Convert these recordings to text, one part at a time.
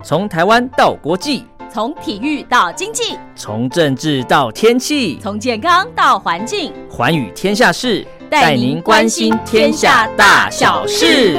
从台湾到国际， 从体育到经济， 从政治到天气， 从健康到环境， 寰宇天下事， 带您关心天下大小事。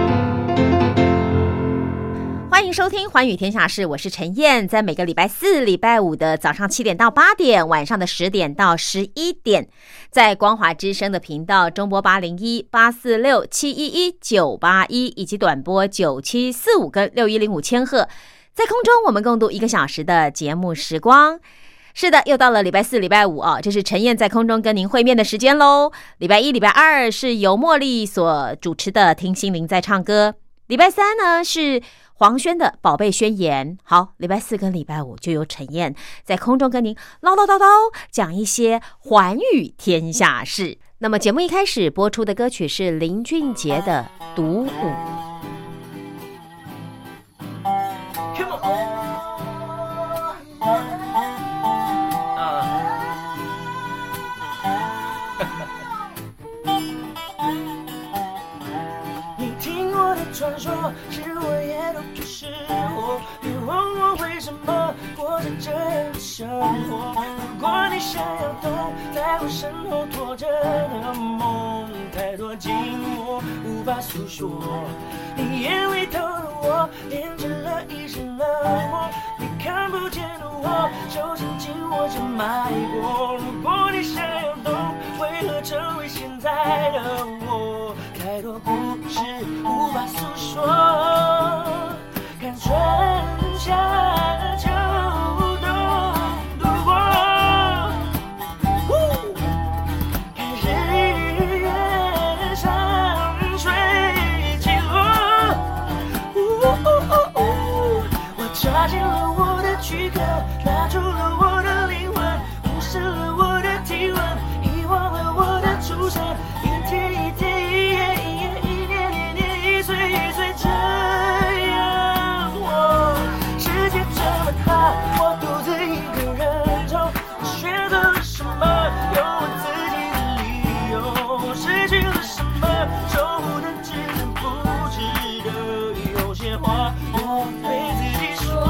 欢迎收听寰宇天下事，我是陈燕，在每个礼拜四、礼拜五的早上7点到8点，晚上的10点到11点，在光华之声的频道中波801-846-711-981以及短波9745跟6105千赫，在空中我们共度1个小时的节目时光。是的，又到了礼拜四、礼拜五这是陈燕在空中跟您会面的时间咯。礼拜一、礼拜二是由茉莉所主持的听心灵在唱歌，礼拜三呢是黄轩的宝贝宣言。好，礼拜四跟礼拜五就由陈燕在空中跟您唠唠叨叨讲一些寰宇天下事。那么节目一开始播出的歌曲是林俊杰的《独舞》。 你听我的传说，是我也都不是我，别问我为什么过着这样的生活。如果你想要懂，在我身后拖着的梦，太多寂寞无法诉说。你眼里头的我，变成了一身冷漠。你看不见的我，就紧紧握着脉搏。如果你想要懂，为何成为现在的我？太多故事无法诉说，看春夏秋冬度过，看日月山水起落。我抓紧了我的躯壳，拿住了我的灵魂，无视了我的体温，遗忘了我的出生。一天一天，一夜一夜，一年一年，一岁一岁，这样我世界这么大，我独自一个人走。我选择了什么？有我自己的理由。失去了什么？守护的只能不值得。有些话我对自己说。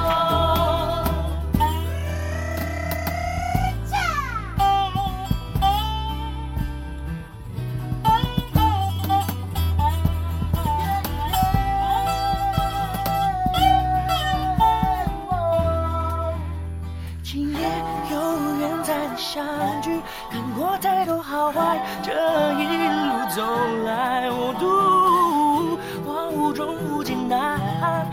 今夜有缘才能相聚，看过太多好坏，这一路走来，我独荒芜中无尽呐喊。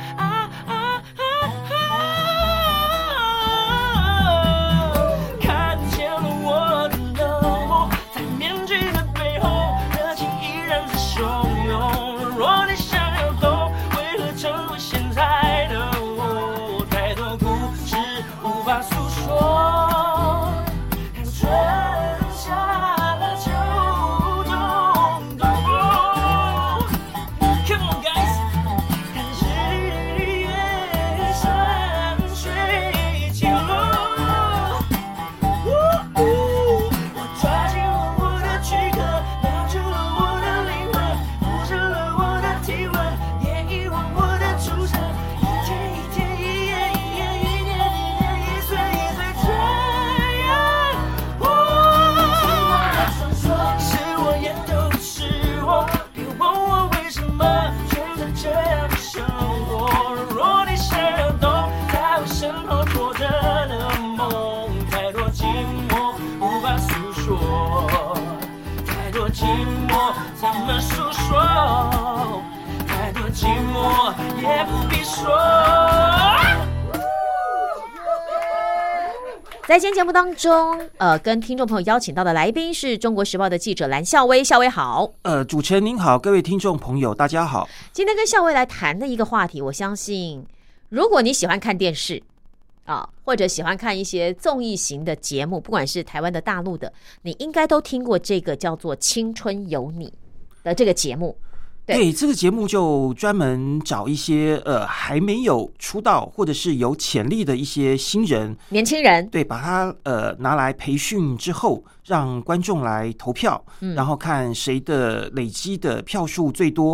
看见了我的冷漠，在面具的背后，热情依然在汹涌。若你想要懂，为何成为现在的我？太多故事无法诉说，看春夏秋冬度过。Come on guys， 看日月山水起落。我抓紧了我的躯壳，拿住了我的灵魂，无视了我的体温，也遗忘我的出生。一天一天，一夜一夜，一年一年，一岁一岁，这样我是我也都不是我。别问我为什么选择这样的生活。若你想要懂，在我身后拖着的梦，太多寂寞无法诉说，太多寂寞怎么诉说？太多寂寞也不必说。 在今天节目当中，跟听众朋友邀请到的来宾是中国时报的记者蓝孝威，孝威好。 主持人您好，各位听众朋友大家好。 今天跟孝威来谈的一个话题，我相信如果你喜欢看电视或者喜欢看一些综艺型的节目，不管是台湾的、大陆的，你应该都听过这个叫做《青春有你》的这个节目。 对，这个节目就专门找一些还没有出道或者是有潜力的一些新人、 年轻人， 对，把他拿来培训之后，让观众来投票，然后看谁的累积的票数最多，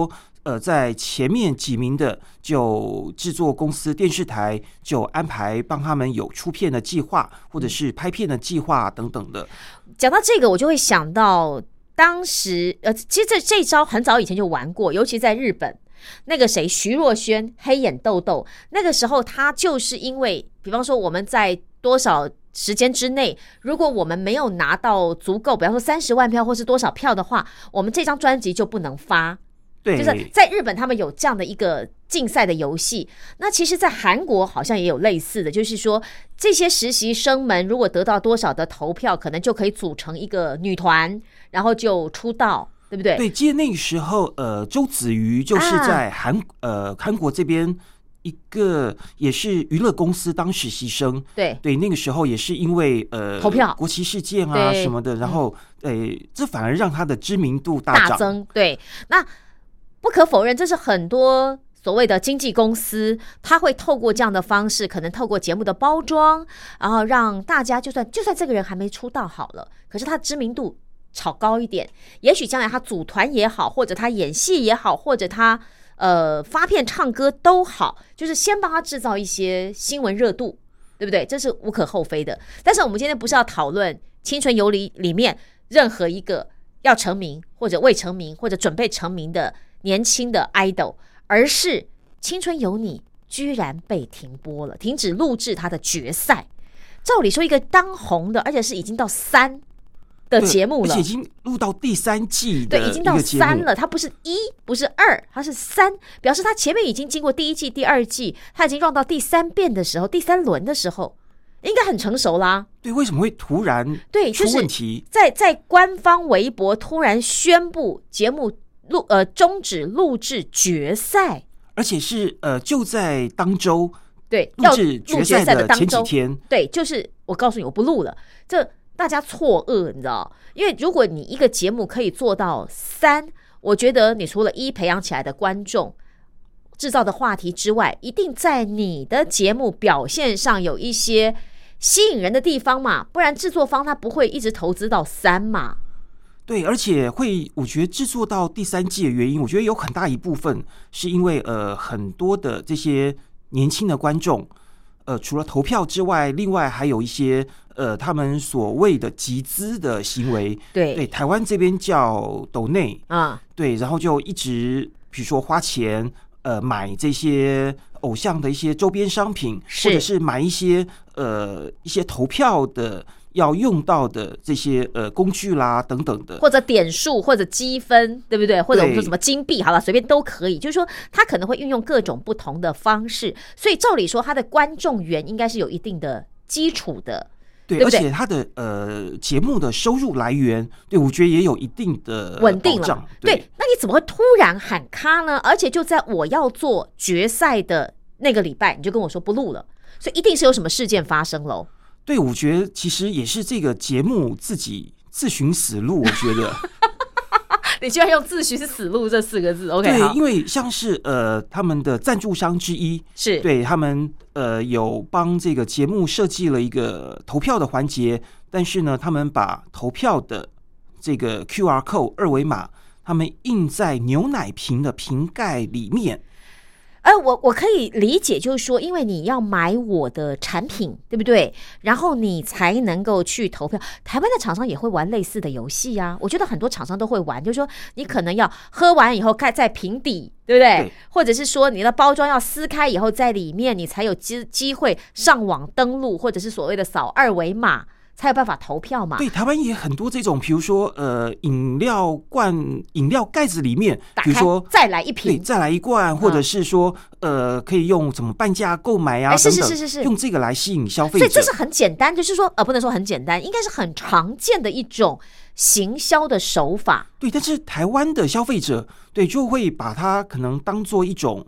在前面几名的就制作公司电视台就安排帮他们有出片的计划，或者是拍片的计划等等的。 讲到这个，我就会想到当时其实这招很早以前就玩过，尤其在日本。那个谁，徐若瑄黑眼豆豆，那个时候他就是因为，比方说我们在多少时间之内，如果我们没有拿到足够，比方说30万票或是多少票的话，我们这张专辑就不能发。 对， 就是在日本他们有这样的一个竞赛的游戏。那其实在韩国好像也有类似的，就是说这些实习生们如果得到多少的投票，可能就可以组成一个女团，然后就出道，对不对？ 对，记得那个时候周子瑜就是在韩国这边一个也是娱乐公司当实习生。对，那个时候也是因为投票国旗事件啊什么的，然后这反而让他的知名度大增。对，那不可否认，这是很多所谓的经纪公司，他会透过这样的方式，可能透过节目的包装，然后让大家就算这个人还没出道好了，可是他知名度炒高一点，也许将来他组团也好，或者他演戏也好，或者他发片唱歌都好，就是先帮他制造一些新闻热度，对不对？这是无可厚非的。但是我们今天不是要讨论青春有你里面任何一个要成名或者未成名或者准备成名的年轻的 idol， 而是青春有你居然被停播了，停止录制他的决赛。照理说一个当红的，而且是已经到3的节目了， 而且已经录到第3季的， 对，已经到3了。它不是1，不是2，它是3，表示它前面已经经过第1季、第2季，它已经让到第3遍的时候，第3轮的时候，应该很成熟啦。 对，为什么会突然出问题？ 在官方微博突然宣布节目终止录制决赛， 而且是就在当周， 对， 录制决赛的前几天， 对，就是我告诉你，我不录了，这大家错愕，你知道？因为如果你一个节目可以做到3，我觉得你除了培养起来的观众、制造的话题之外，一定在你的节目表现上有一些吸引人的地方嘛，不然制作方他不会一直投资到3嘛。 对，而且我觉得制作到第3季的原因，我觉得有很大一部分是因为很多的这些年轻的观众，除了投票之外，另外还有一些他们所谓的集资的行为。对，台湾这边叫抖内啊，对，然后就一直比如说花钱买这些偶像的一些周边商品，或者是买一些投票的要用到的这些工具啦等等的， 或者点数或者积分，对不对？或者我们说什么金币，好了，随便都可以。就是说，他可能会运用各种不同的方式，所以照理说，他的观众缘应该是有一定的基础的。 对，而且他的节目的收入来源，对我觉得也有一定的稳定了。对，那你怎么会突然喊卡呢？而且就在我要做决赛的那个礼拜，你就跟我说不录了，所以一定是有什么事件发生喽。 对，我觉得其实也是这个节目自己自寻死路，我觉得。 你居然用自寻死路这4个字 ，OK？ 对，因为像是他们的赞助商之一是对他们有帮这个节目设计了一个投票的环节，但是呢，他们把投票的这个 QR code 2维码，他们印在牛奶瓶的瓶盖里面。 我可以理解，就是说，因为你要买我的产品，对不对？然后你才能够去投票。台湾的厂商也会玩类似的游戏啊，我觉得很多厂商都会玩，就是说你可能要喝完以后盖在瓶底，对不对？ 对， 或者是说你的包装要撕开以后在里面，你才有机会上网登录，或者是所谓的扫2维码。才有办法投票嘛？ 对，台湾也很多这种，比如说饮料罐、饮料盖子里面，比如说再来一瓶， 对，再来一罐，或者是说可以用什么半价购买啊，等等，是用这个来吸引消费者。 所以这是很简单，就是说不能说很简单，应该是很常见的一种行销的手法。 对，但是台湾的消费者对就会把它可能当做一种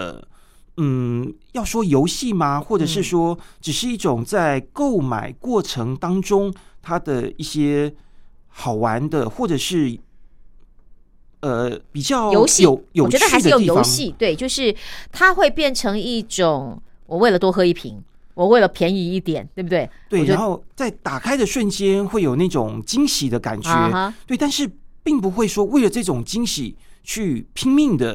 要说游戏吗？或者是说，只是一种在购买过程当中它的一些好玩的，或者是比较有趣的地方。 我觉得还是有游戏，对，就是它会变成一种，我为了多喝一瓶，我为了便宜一点，对不对？ 对，然后在打开的瞬间会有那种惊喜的感觉，对，但是并不会说为了这种惊喜去拼命的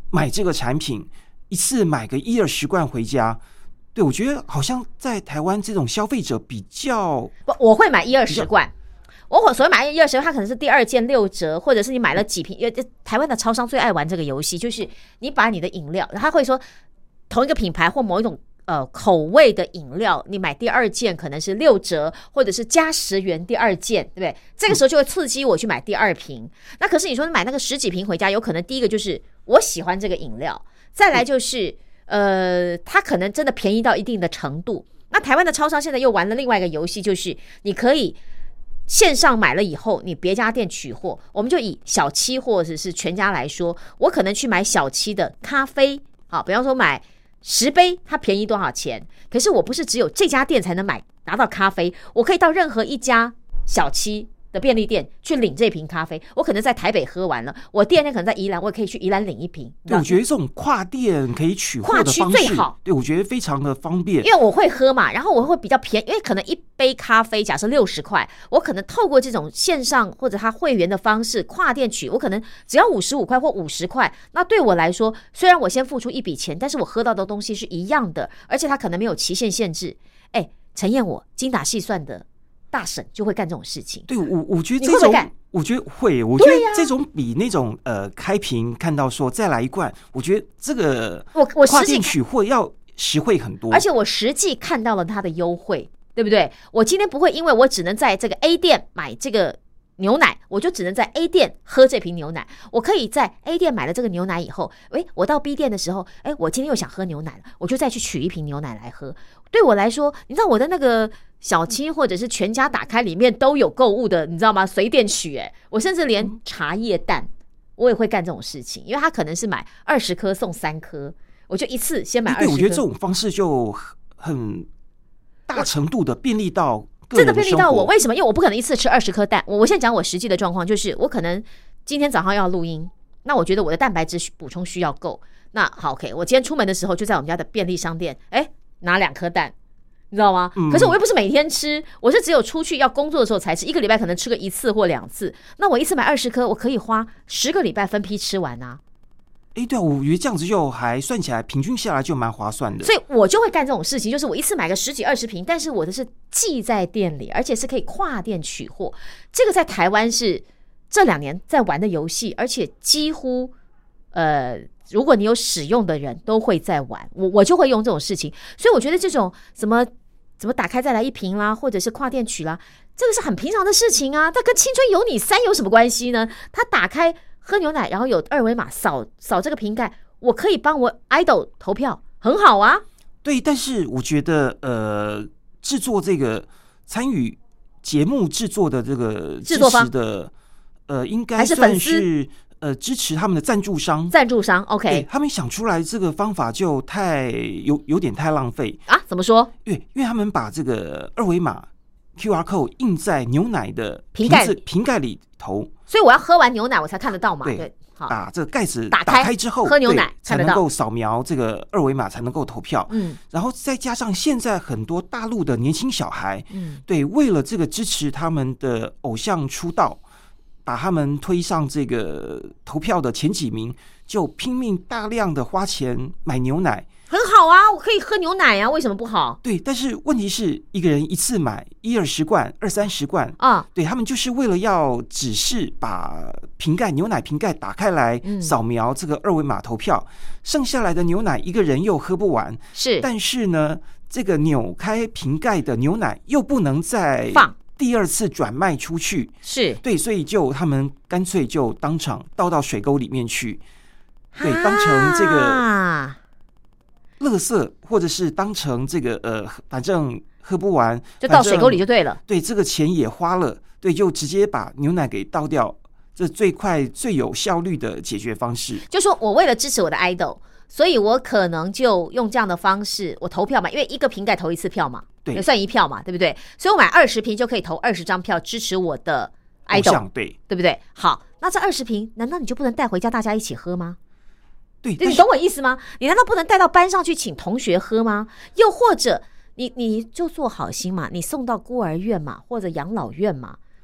买这个产品，一次买个1-20罐回家。对，我觉得好像在台湾这种消费者比较， 我会买1-20罐。我所谓买1-20罐，它可能是第二件6折，或者是你买了几瓶。台湾的超商最爱玩这个游戏，就是你把你的饮料，他会说同一个品牌或某一种口味的饮料，你买第二件可能是6折，或者是加10元第二件，对不对？这个时候就会刺激我去买第2瓶。那可是你说买那个10几瓶回家，有可能第一个就是我喜欢这个饮料，再来就是它可能真的便宜到一定的程度。那台湾的超商现在又玩了另外一个游戏，就是你可以线上买了以后，你别家店取货。我们就以小七或者是全家来说，我可能去买小七的咖啡，好，比方说买10杯，它便宜多少钱？可是我不是只有这家店才能拿到咖啡，我可以到任何一家小七的便利店去领这瓶咖啡。我可能在台北喝完了，我第二天可能在宜兰，我也可以去宜兰领一瓶。 对，我觉得这种跨店可以取货的方式， 跨区最好。 对，我觉得非常的方便， 因为我会喝嘛，然后我会比较便宜，因为可能一杯咖啡假设60块，我可能透过这种线上或者他会员的方式跨店取，我可能只要55块或50块。那对我来说，虽然我先付出一笔钱，但是我喝到的东西是一样的，而且它可能没有期限限制。陈燕，我精打细算的大婶就会干这种事情。 对，我觉得这种，我觉得会，我觉得这种比那种开瓶看到说再来一罐，我觉得这个我跨店取货要实惠很多， 而且我实际看到了它的优惠，对不对？我今天不会因为我只能在这个 A 店买这个牛奶，我就只能在 A 店喝这瓶牛奶。我可以在 A 店买了这个牛奶以后，我到 B 店的时候，我今天又想喝牛奶了，我就再去取一瓶牛奶来喝。对我来说，你知道我的那个小七或者是全家打开里面都有购物的，你知道吗？随便取。我甚至连茶叶蛋我也会干这种事情，因为他可能是买20颗送3颗，我就一次先买20颗。 对，我觉得这种方式就很大程度的便利到个人的生活， 真的便利到我。为什么？因为我不可能一次吃20颗蛋。我现在讲我实际的状况，就是我可能今天早上要录音，那我觉得我的蛋白质补充需要够。那好 ，OK， 我今天出门的时候就在我们家的便利商店，拿2颗蛋，你知道吗？可是我又不是每天吃，我是只有出去要工作的时候才吃，一个礼拜可能吃个1次或2次。那我一次买20颗，我可以花10个礼拜分批吃完啊。 对啊，我觉得这样子就还算起来平均下来就蛮划算的。 所以我就会干这种事情，就是我一次买个10几20瓶，但是我的是寄在店里，而且是可以跨店取货。这个在台湾是这2年在玩的游戏，而且几乎如果你有使用的人都会在玩，我就会用这种事情。所以我觉得这种怎么打开再来一瓶啦，或者是跨店取啦，这个是很平常的事情啊。它跟青春有你3有什么关系呢？他打开喝牛奶，然后有2维码扫这个瓶盖，我可以帮我 idol 投票，很好啊。 对，但是我觉得制作这个参与节目制作的这个制作方的应该算是支持他们的赞助商 OK， 他们想出来这个方法就有点太浪费啊。怎么说？ 因为他们把这个2维码 QR code 印在牛奶的瓶盖里头， 所以我要喝完牛奶我才看得到嘛。 对，把这个盖子打开之后喝牛奶才能够扫描这个2维码才能够投票。然后再加上现在很多大陆的年轻小孩，对，为了这个支持他们的偶像出道，把他们推上这个投票的前几名，就拼命大量的花钱买牛奶。 很好啊，我可以喝牛奶啊，为什么不好？ 对，但是问题是一个人一次买1-20罐、20-30罐啊，对，他们就是为了要只是把牛奶瓶盖打开来，扫描这个2维码投票，剩下来的牛奶一个人又喝不完， 是， 但是呢，这个扭开瓶盖的牛奶又不能再放第2次转卖出去， 是对，所以他们干脆就当场倒到水沟里面去，对，当成这个垃圾，或者是当成这个反正喝不完就倒水沟里就对了。 对，这个钱也花了，对，就直接把牛奶给倒掉，这最快最有效率的解决方式。 就说我为了支持我的 idol， 所以我可能就用这样的方式，我投票嘛，因为一个瓶盖投1次票嘛，对，也算1票嘛，对不对？所以我买20瓶就可以投20张票支持我的 idol， 对不对？好，那这20瓶难道你就不能带回家大家一起喝吗？ 对， 你懂我意思吗？你难道不能带到班上去请同学喝吗？又或者你就做好心嘛，你送到孤儿院嘛，或者养老院嘛，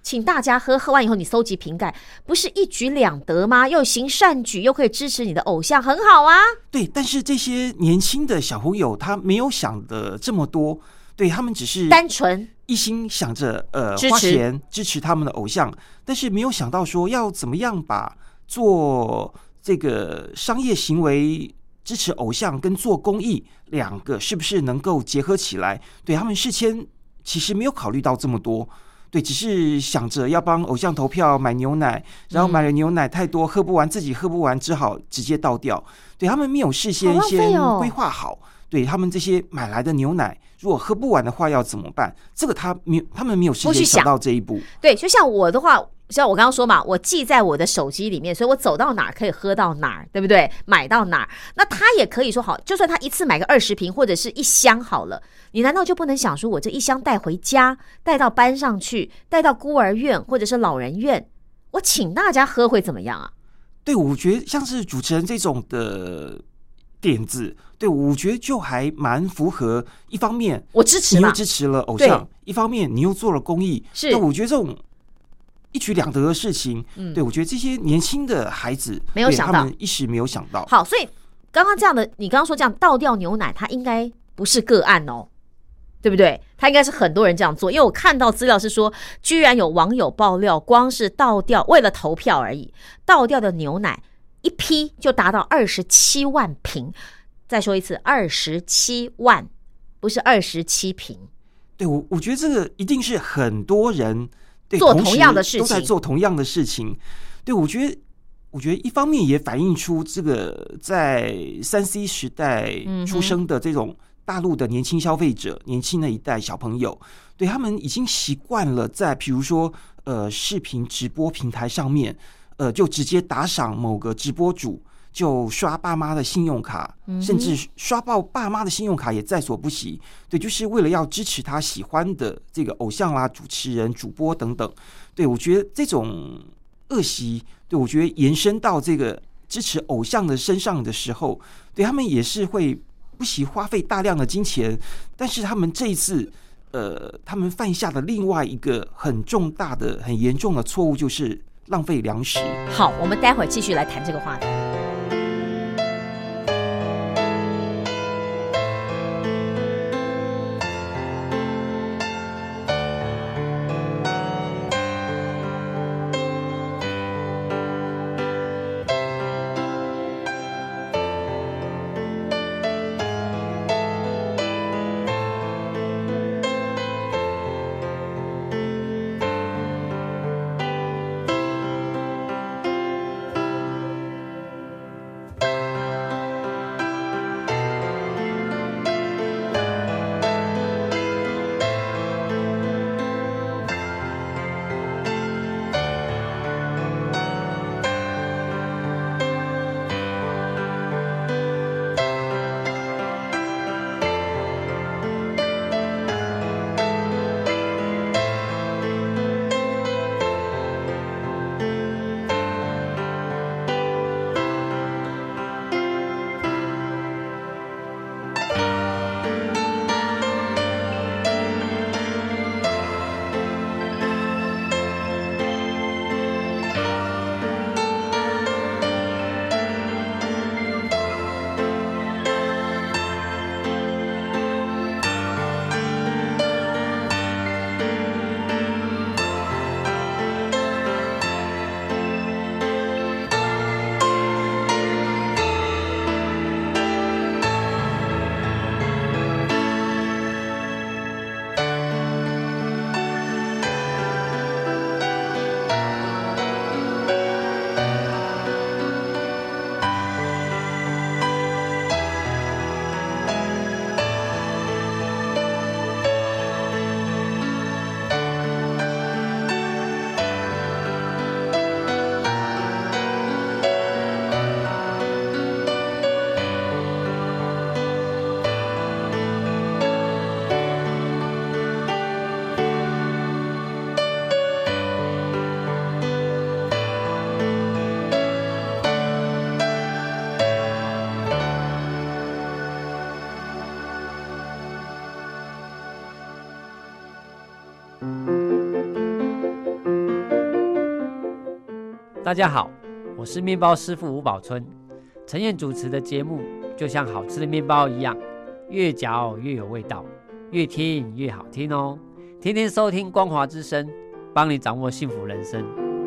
请大家喝，喝完以后你搜集瓶盖，不是一举两得吗？又行善举，又可以支持你的偶像，很好啊。 对，但是这些年轻的小朋友他没有想的这么多，对他们只是单纯一心想着支持花钱支持他们的偶像，但是没有想到说要怎么样把做这个商业行为支持偶像跟做公益两个是不是能够结合起来。对，他们事先其实没有考虑到这么多，对，只是想着要帮偶像投票买牛奶，然后买了牛奶太多喝不完，自己喝不完只好直接倒掉。对，他们没有事先先规划好，对，他们这些买来的牛奶如果喝不完的话要怎么办，这个他们没有事先想到这一步。 对，就像我的话，像我刚刚说嘛，我记在我的手机里面，所以我走到哪儿可以喝到哪儿，对不对？买到哪儿，那他也可以说好，就算他一次买个20瓶或者是1箱好了，你难道就不能想说我这1箱带回家，带到班上去，带到孤儿院或者是老人院，我请大家喝会怎么样啊？ 对，我觉得像是主持人这种的点子，对，我觉得就还蛮符合。一方面我支持嘛， 你又支持了偶像，一方面你又做了公益， 是， 对，我觉得这种一举两得的事情，对，我觉得这些年轻的孩子没有想到， 他们一时没有想到。 好，所以刚刚这样的，你刚刚说这样倒掉牛奶，它应该不是个案哦，对不对？它应该是很多人这样做，因为我看到资料是说，居然有网友爆料，光是倒掉为了投票而已，倒掉的牛奶一批就达到27万瓶。再说一次，27万，不是27瓶。 对，我觉得这个一定是很多人对做同样的事情， 都在做同样的事情。对，我觉得一方面也反映出这个在3C 时代出生的这种大陆的年轻消费者，年轻的一代小朋友，对，他们已经习惯了在比如说视频直播平台上面，就直接打赏某个直播主，就刷爸妈的信用卡，甚至刷爆爸妈的信用卡也在所不惜。对，就是为了要支持他喜欢的这个偶像啦、主持人、主播等等。对，我觉得这种恶习，对，我觉得延伸到这个支持偶像的身上的时候，对，他们也是会不惜花费大量的金钱，但是他们这一次他们犯下的另外一个很重大的、很严重的错误，就是浪费粮食。 好，我们待会儿继续来谈这个话题。 大家好，我是面包师傅吴宝春。陈燕主持的节目就像好吃的面包一样，越嚼越有味道，越听越好听哦。天天收听光华之声，帮你掌握幸福人生。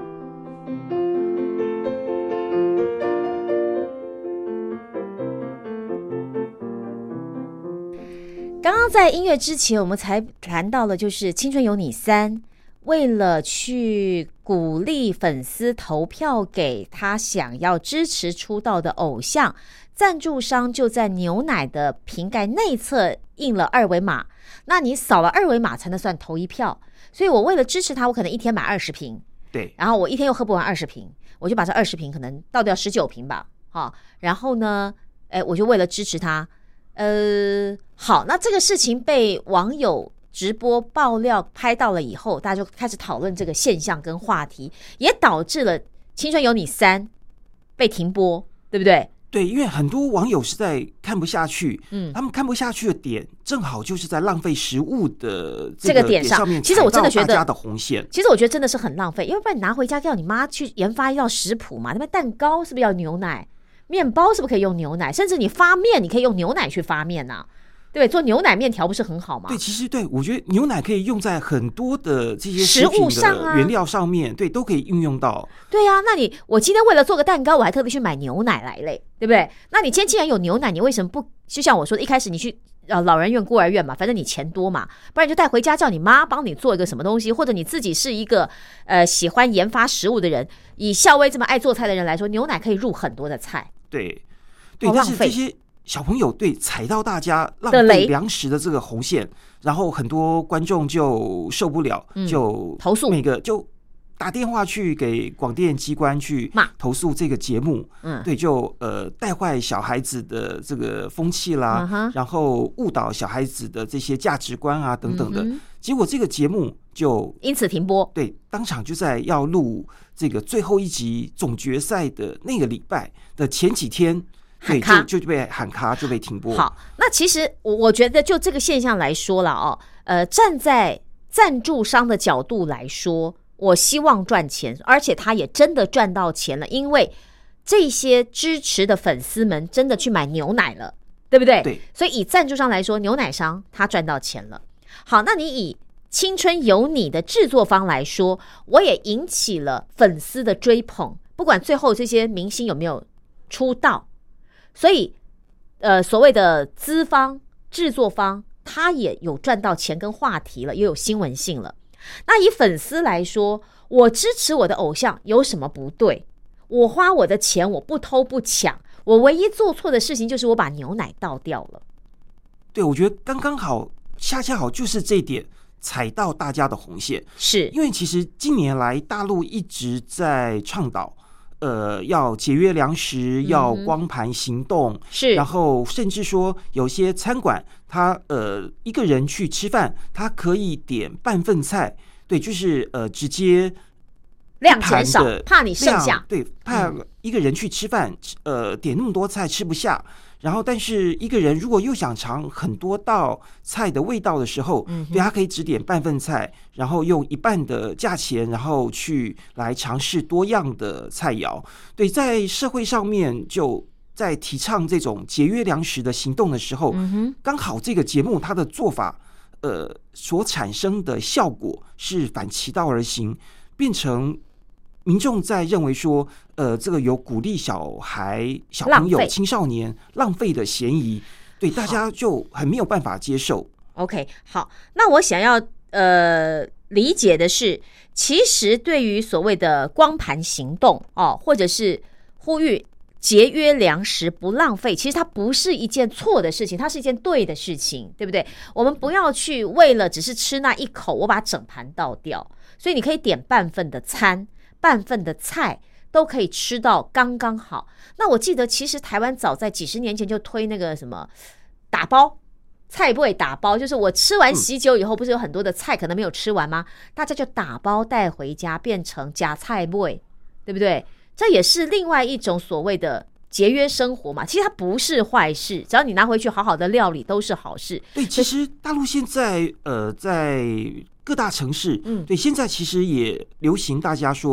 刚刚在音乐之前，我们才谈到了就是《青春有你3》，为了去鼓励粉丝投票给他想要支持出道的偶像，赞助商就在牛奶的瓶盖内侧印了2维码，那你扫了2维码才能算投一票。所以我为了支持他，我可能一天买20瓶， 对， 然后我一天又喝不完20瓶，我就把这20瓶可能倒掉19瓶吧，然后呢，我就为了支持他，好，那这个事情被网友直播爆料拍到了以后，大家就开始讨论这个现象跟话题，也导致了《青春有你3》被停播，对不对？ 对，因为很多网友实在看不下去，他们看不下去的点正好就是在浪费食物的这个点上面， 其实我真的觉得大家的红线， 其实我觉得真的是很浪费，因为不然你拿回家要你妈去研发一道食谱嘛，那边蛋糕是不是要牛奶？面包是不是可以用牛奶？甚至你发面，你可以用牛奶去发面啊，对不对？做牛奶面条不是很好吗？ 对，其实对我觉得牛奶可以用在很多的这些食物上的原料上面，对，都可以运用到。 对啊，那我今天为了做个蛋糕，我还特别去买牛奶来嘞，对不对？那你今天既然有牛奶，你为什么不就像我说的，一开始你去老人院、孤儿院嘛，反正你钱多嘛，不然就带回家叫你妈帮你做一个什么东西，或者你自己是一个喜欢研发食物的人，以孝威这么爱做菜的人来说，牛奶可以入很多的菜。 对，但是这些小朋友对踩到大家浪费粮食的这个红线，然后很多观众就受不了，就投诉， 每个就打电话去给广电机关去投诉这个节目，对，就带坏小孩子的这个风气啦，然后误导小孩子的这些价值观啊等等的，结果这个节目就因此停播。 对，当场就在要录这个最后一集总决赛的那个礼拜的前几天，对，就被喊卡，就被停播。 好，那其实我觉得就这个现象来说了站在赞助商的角度来说，我希望赚钱，而且他也真的赚到钱了，因为这些支持的粉丝们真的去买牛奶了，对不对？ 对， 所以以赞助商来说，牛奶商他赚到钱了。好，那你以青春有你的制作方来说，我也引起了粉丝的追捧，不管最后这些明星有没有出道，所以所谓的资方、制作方，他也有赚到钱跟话题了，也有新闻性了。那以粉丝来说，我支持我的偶像有什么不对？我花我的钱，我不偷不抢，我唯一做错的事情就是我把牛奶倒掉了。 对，我觉得刚刚好，恰恰好就是这一点踩到大家的红线， 是因为其实近年来大陆一直在倡导要节约粮食，要光盘行动， 是， 然后甚至说有些餐馆，他一个人去吃饭，他可以点半份菜，对，就是直接量减少，怕你剩下， 对，怕一个人去吃饭，点那么多菜吃不下。然后，但是一个人如果又想尝很多道菜的味道的时候，对，他可以只点半份菜，然后用一半的价钱，然后去来尝试多样的菜肴。对，在社会上面就在提倡这种节约粮食的行动的时候，刚好这个节目它的做法，所产生的效果是反其道而行，变成民众在认为说，这个有鼓励小朋友、青少年浪费的嫌疑，对，大家就很没有办法接受。 OK， 好，那我想要理解的是，其实对于所谓的光盘行动或者是呼吁节约粮食不浪费，其实它不是一件错的事情，它是一件对的事情，对不对？我们不要去为了只是吃那一口，我把整盘倒掉。所以你可以点半份的餐，半份的菜都可以吃到刚刚好。那我记得其实台湾早在几十年前就推那个什么打包菜不会打包，就是我吃完喜酒以后不是有很多的菜可能没有吃完吗？大家就打包带回家变成夹菜不会，对不对？这也是另外一种所谓的节约生活嘛，其实它不是坏事，只要你拿回去好好的料理都是好事。 对，其实大陆现在在各大城市，对，现在其实也流行大家说，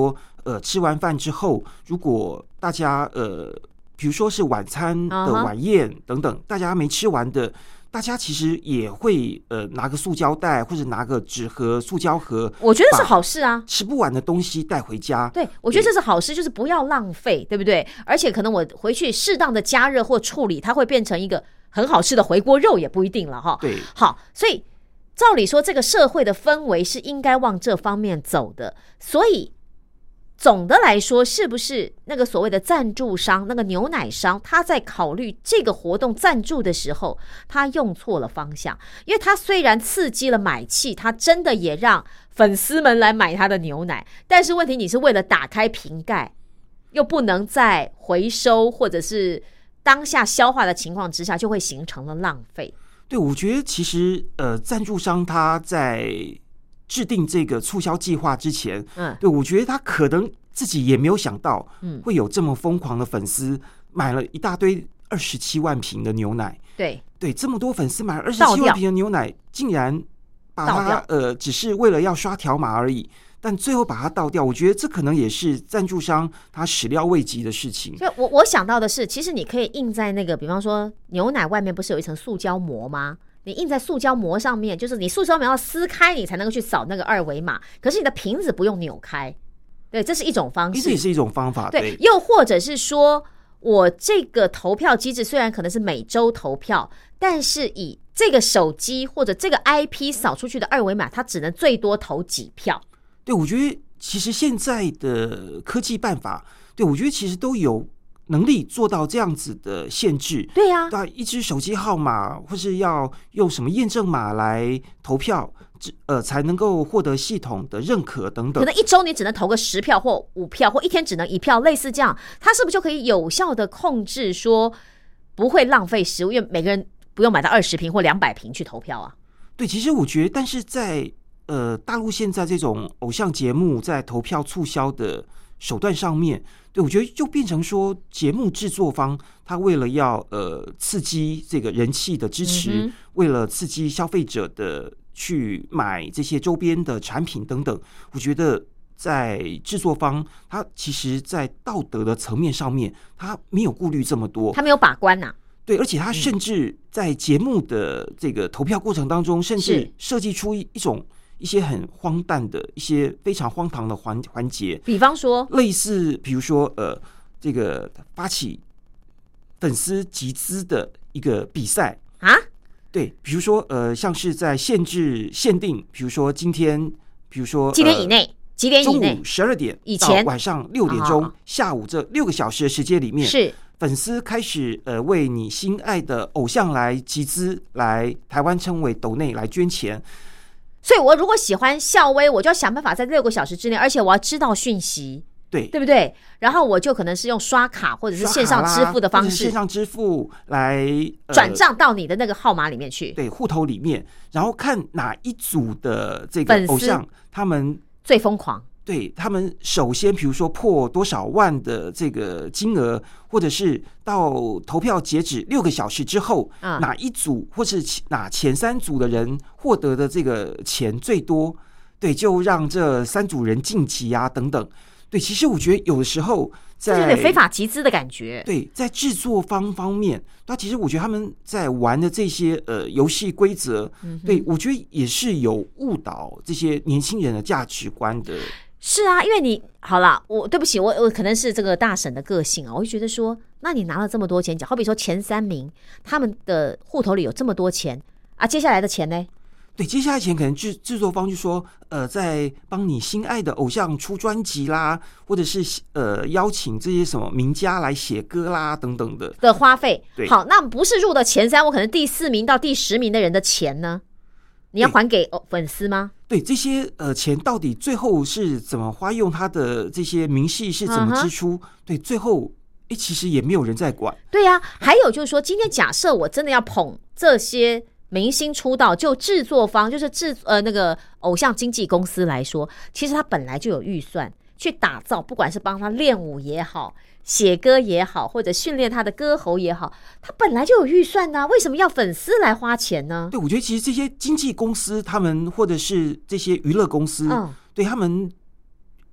吃完饭之后，如果大家比如说是晚餐的晚宴等等，大家没吃完的，大家其实也会拿个塑胶袋或者拿个纸盒、塑胶盒， 我觉得是好事啊。 吃不完的东西带回家， 对，我觉得这是好事，就是不要浪费，对不对？而且可能我回去适当的加热或处理，它会变成一个很好吃的回锅肉也不一定了哈。 对， 好，所以照理说这个社会的氛围是应该往这方面走的，所以总的来说，是不是那个所谓的赞助商，那个牛奶商，他在考虑这个活动赞助的时候，他用错了方向。因为他虽然刺激了买气，他真的也让粉丝们来买他的牛奶，但是问题你是为了打开瓶盖，又不能再回收，或者是当下消化的情况之下，就会形成了浪费。 对，我觉得其实赞助商他在制定这个促销计划之前，对，我觉得他可能自己也没有想到，会有这么疯狂的粉丝买了一大堆27万瓶的牛奶。 对， 这么多粉丝买了27万瓶的牛奶，竟然把它只是为了要刷条码而已，但最后把它倒掉。我觉得这可能也是赞助商他始料未及的事情。 所以我想到的是，其实你可以印在那个，比方说牛奶外面不是有一层塑胶膜吗？你印在塑胶膜上面，就是你塑胶膜要撕开，你才能够去扫那个二维码。可是你的瓶子不用扭开，对，这是一种方式， 这也是一种方法。 对，又或者是说，我这个投票机制虽然可能是每周投票，但是以这个手机或者这个 IP 扫出去的二维码，它只能最多投几票。 对，我觉得其实现在的科技办法，对，我觉得其实都有能力做到这样子的限制。 对呀， 一支手机号码或是要用什么验证码来投票，才能够获得系统的认可等等。 可能一周你只能投个10票或5票，或一天只能1票，类似这样，它是不是就可以有效的控制说不会浪费食物？因为每个人不用买到20瓶或200瓶去投票啊。 对，其实我觉得，但是在大陆现在这种偶像节目在投票促销的手段上面，对，我觉得就变成说，节目制作方他为了要刺激这个人气的支持，为了刺激消费者的去买这些周边的产品等等，我觉得在制作方他其实在道德的层面上面，他没有顾虑这么多， 他没有把关呐。 对，而且他甚至在节目的这个投票过程当中，甚至设计出一些很荒诞的一些非常荒唐的环节， 比方说类似比如说这个发起粉丝集资的一个比赛啊， 对，比如说像是在限定，比如说今天几点以内，几点以内， 中午12点以前到晚上6点钟，下午这6个小时的时间里面， 是粉丝开始为你心爱的偶像来集资，来台湾称为抖内来捐钱。 所以我如果喜欢孝威，我就要想办法在6个小时之内，而且我要知道讯息，对不对？然后我就可能是用刷卡或者是线上支付的方式， 线上支付来转账到你的那个号码里面去， 对，户头里面，然后看哪一组的这个偶像他们最疯狂。 对，他们首先比如说破多少万的这个金额，或者是到投票截止6个小时之后，哪一组或是哪前3组的人获得的这个钱最多，对，就让这3组人晋级啊等等。对，其实我觉得有的时候这有点非法集资的感觉。 对，在制作方面，那其实我觉得他们在玩的这些游戏规则，对，我觉得也是有误导这些年轻人的价值观的。 是啊，因为你好啦，对不起，我可能是这个大婶的个性啊，我就觉得说，那你拿了这么多钱，好比说前3名他们的户头里有这么多钱啊，接下来的钱呢？ 对，接下来钱可能制作方就说，在帮你心爱的偶像出专辑啦，或者是邀请这些什么名家来写歌啦等等的花费。 对， 好，那不是入的前3，我可能第4名到第10名的人的钱呢？你要还给粉丝吗？ 对，这些钱到底最后是怎么花用，他的这些明细是怎么支出？对，最后其实也没有人在管。 对啊，还有就是说，今天假设我真的要捧这些明星出道，就制作方就是那个偶像经纪公司来说，其实他本来就有预算去打造，不管是帮他练舞也好，写歌也好，或者训练他的歌喉也好，他本来就有预算呢，为什么要粉丝来花钱呢？ 对，我觉得其实这些经纪公司他们或者是这些娱乐公司，对他们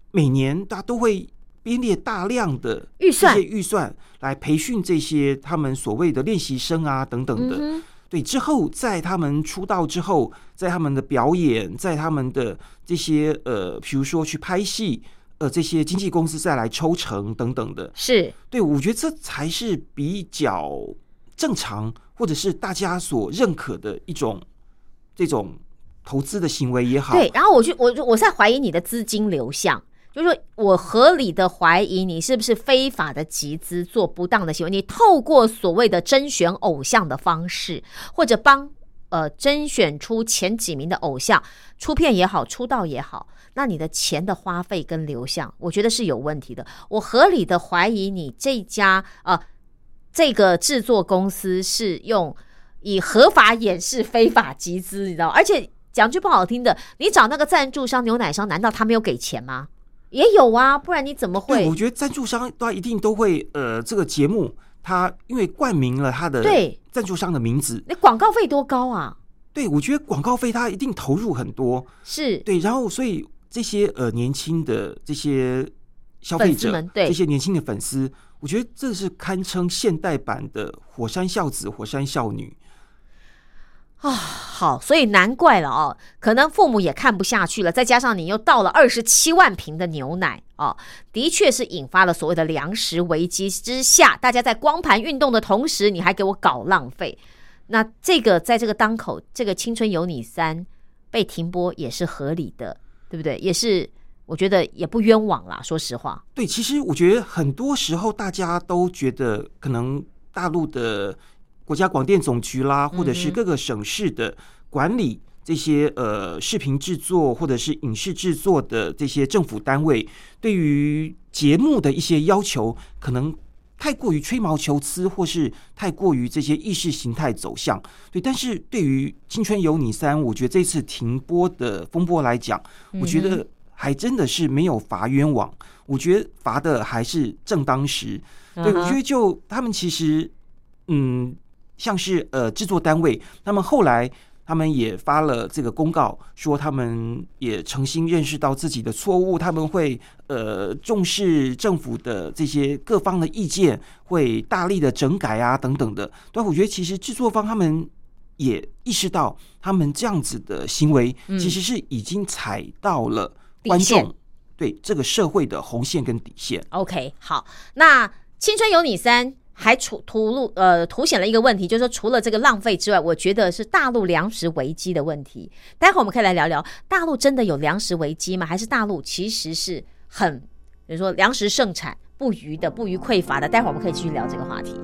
每年大家都会编列大量的预算这些预算来培训这些他们所谓的练习生啊等等的。对，之后在他们出道之后，在他们的表演，在他们的这些比如说去拍戏，这些经纪公司再来抽成等等的。 是， 对，我觉得这才是比较正常，或者是大家所认可的一种这种投资的行为也好。 对，然后我在怀疑你的资金流向。就是说我合理的怀疑你是不是非法的集资做不当的行为，你透过所谓的甄选偶像的方式，或者帮甄选出前几名的偶像出片也好出道也好，那你的钱的花费跟流向我觉得是有问题的。我合理的怀疑你这个制作公司是用以合法掩饰非法集资，你知道，而且讲句不好听的，你找那个赞助商牛奶商，难道他没有给钱吗？也有啊，不然你怎么会？ 对，我觉得赞助商一定都会这个节目他因为冠名了他的赞助商的名字， 那广告费多高啊？ 对，我觉得广告费他一定投入很多， 是对，然后所以这些年轻的这些消费者们，这些年轻的粉丝，我觉得这是堪称现代版的火山孝子、火山孝女。 好，所以难怪了哦，可能父母也看不下去了，再加上你又倒了27万瓶的牛奶哦，的确是引发了所谓的粮食危机之下，大家在光盘运动的同时，你还给我搞浪费，那这个在这个当口，这个青春有你3被停播也是合理的，对不对？也是，我觉得也不冤枉啦，说实话。 对，其实我觉得很多时候大家都觉得可能大陆的国家广电总局啦，或者是各个省市的管理这些视频制作或者是影视制作的这些政府单位，对于节目的一些要求，可能太过于吹毛求疵，或是太过于这些意识形态走向。对，但是对于《青春有你3》，我觉得这次停播的风波来讲，我觉得还真的是没有罚冤枉，我觉得罚的还是正当时。对，我觉得就他们其实像是制作单位，他们后来他们也发了这个公告，说他们也诚心认识到自己的错误，他们会重视政府的这些各方的意见，会大力的整改啊等等的。但我觉得其实制作方他们也意识到，他们这样子的行为其实是已经踩到了观众对这个社会的红线跟底线。 OK， 好，那《青春有你3》还凸显了一个问题，就是说除了这个浪费之外，我觉得是大陆粮食危机的问题。待会我们可以来聊聊，大陆真的有粮食危机吗？还是大陆其实是很，比如说粮食盛产不虞匮乏的？待会我们可以继续聊这个话题。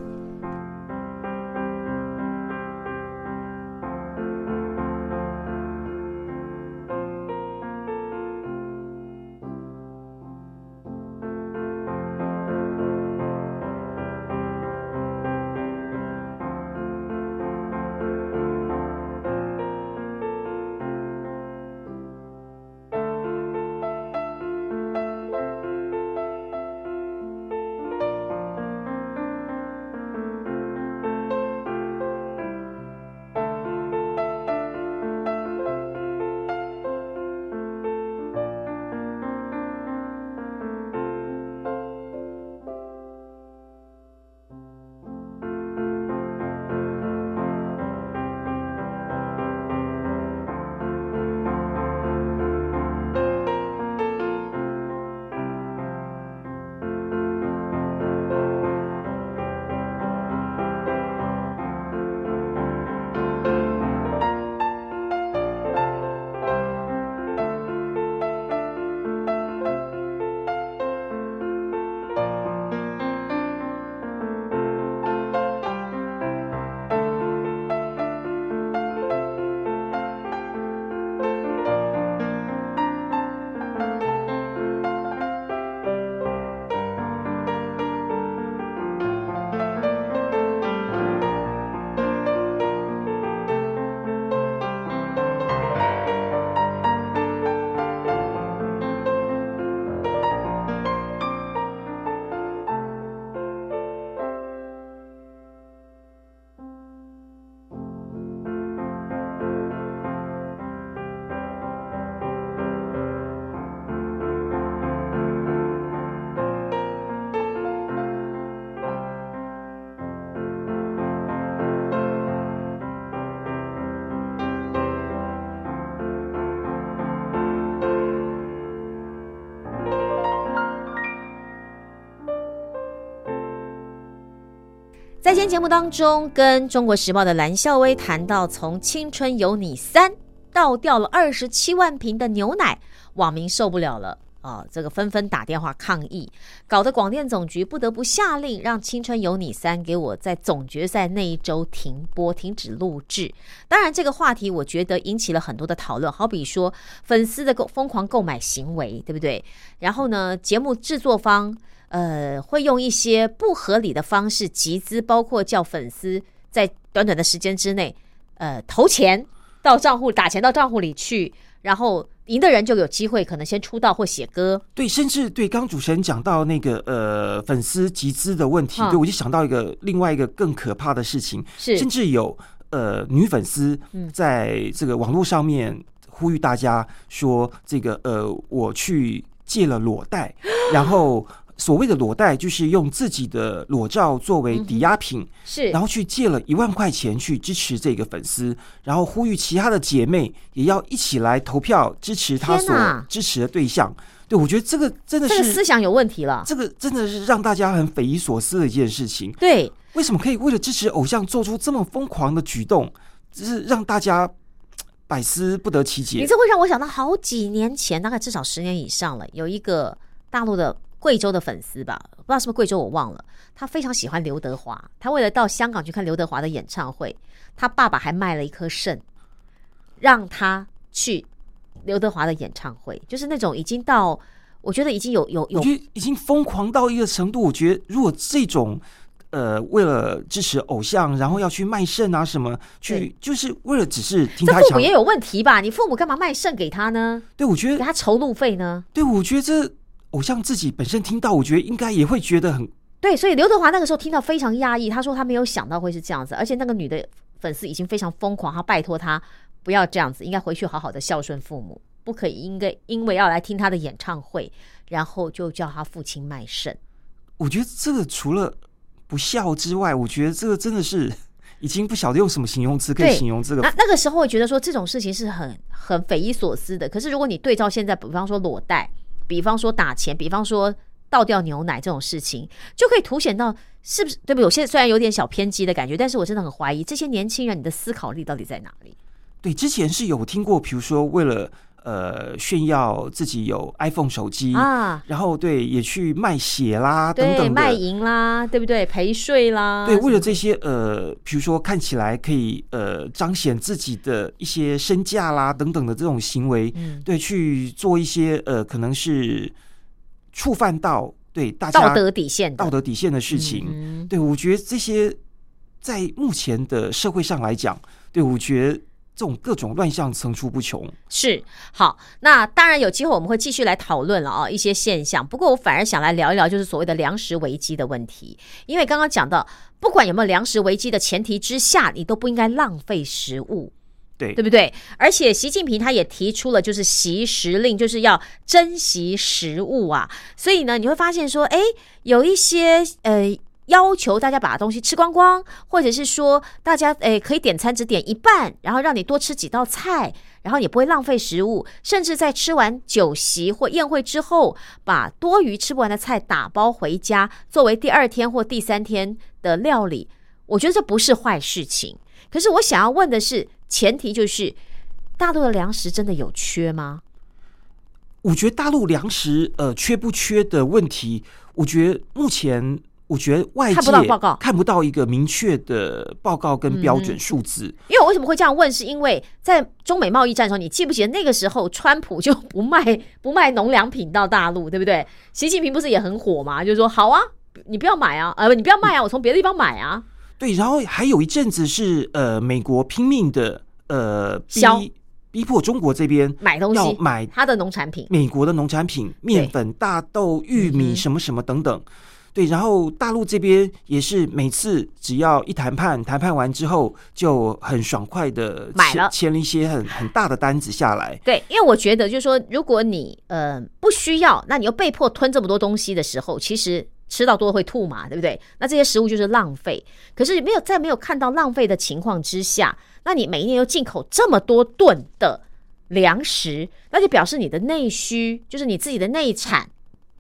在今天节目当中，跟中国时报的蓝孝薇谈到，从青春有你3倒掉了27万瓶的牛奶，网民受不了了这个纷纷打电话抗议，搞得广电总局不得不下令让青春有你3给我在总决赛那一周停播，停止录制。当然这个话题我觉得引起了很多的讨论，好比说粉丝的疯狂购买行为，对不对？然后呢，节目制作方会用一些不合理的方式集资，包括叫粉丝在短短的时间之内投钱到账户，打钱到账户里去，然后赢的人就有机会可能先出道或写歌。 对，甚至对刚主持人讲到那个粉丝集资的问题，对，我就想到另外一个更可怕的事情，是甚至有女粉丝在这个网络上面呼吁大家说，这个我去借了裸贷，然后所谓的裸贷就是用自己的裸照作为抵押品，是，然后去借了1万块钱去支持这个粉丝，然后呼吁其他的姐妹也要一起来投票支持他所支持的对象。对，我觉得这个真的是这个思想有问题了，这个真的是让大家很匪夷所思的一件事情。 对， 为什么可以为了支持偶像做出这么疯狂的举动，就是让大家百思不得其解。 你这会让我想到好几年前，大概至少10年以上了，有一个大陆的贵州的粉丝吧，不知道是不是贵州我忘了，他非常喜欢刘德华，他为了到香港去看刘德华的演唱会，他爸爸还卖了一颗肾让他去刘德华的演唱会，就是那种已经到我觉得已经有我觉得已经疯狂到一个程度。我觉得如果这种为了支持偶像然后要去卖肾啊什么，去就是为了只是听他， 这父母也有问题吧？你父母干嘛卖肾给他呢？ 对，我觉得给他筹路费呢？ 对，我觉得这偶像自己本身听到，我觉得应该也会觉得很对，所以刘德华那个时候听到非常压抑，他说他没有想到会是这样子，而且那个女的粉丝已经非常疯狂，他拜托他不要这样子，应该回去好好的孝顺父母，不可以因为要来听他的演唱会，然后就叫他父亲卖肾。 我觉得这个除了不孝之外，我觉得这个真的是已经不晓得用什么形容词可以形容这个。 那个时候会觉得说这种事情是很匪夷所思的，可是如果你对照现在，比方说裸贷，比方说打钱，比方说倒掉牛奶这种事情，就可以凸显到是不是对不对？我现在虽然有点小偏激的感觉，但是我真的很怀疑这些年轻人你的思考力到底在哪里。 对，之前是有听过，比如说为了炫耀自己有 iPhone 手机啊，然后对也去卖血啦等等的， 卖淫啦，对不对？陪睡啦， 对，为了这些比如说看起来可以彰显自己的一些身价啦等等的这种行为，对，去做一些可能是触犯到对大家道德底线的事情。对，我觉得这些在目前的社会上来讲，对，我觉得这种各种乱象层出不穷。 是，好，那当然有机会我们会继续来讨论了一些现象。不过我反而想来聊一聊，就是所谓的粮食危机的问题。因为刚刚讲到，不管有没有粮食危机的前提之下，你都不应该浪费食物。对不对？而且习近平他也提出了就是惜食令，就是要珍惜食物啊。所以呢，你会发现说，有一些要求大家把东西吃光光，或者是说大家可以点餐只点一半，然后让你多吃几道菜，然后也不会浪费食物，甚至在吃完酒席或宴会之后，把多余吃不完的菜打包回家，作为第2天或第3天的料理。我觉得这不是坏事情，可是我想要问的是，前提就是大陆的粮食真的有缺吗？ 我觉得大陆粮食缺不缺的问题，我觉得目前外界看不到一个明确的报告跟标准数字。 因为我为什么会这样问，是因为在中美贸易战的时候，你记不记得那个时候川普就不卖农粮品到大陆，对不对？习近平不是也很火吗？就是说好啊，你不要买啊，你不要卖啊，我从别的地方买啊。 对，然后还有一阵子是美国拼命的逼迫中国这边买东西， 要买他的农产品， 美国的农产品，面粉、大豆、玉米什么什么等等。对，然后大陆这边也是每次只要一谈判完之后，就很爽快的签了一些很大的单子下来。 对，因为我觉得就是说，如果你不需要，那你又被迫吞这么多东西的时候，其实吃到多会吐嘛，对不对？那这些食物就是浪费。可是在没有看到浪费的情况之下，那你每一年又进口这么多吨的粮食，那就表示你的内需，就是你自己的内产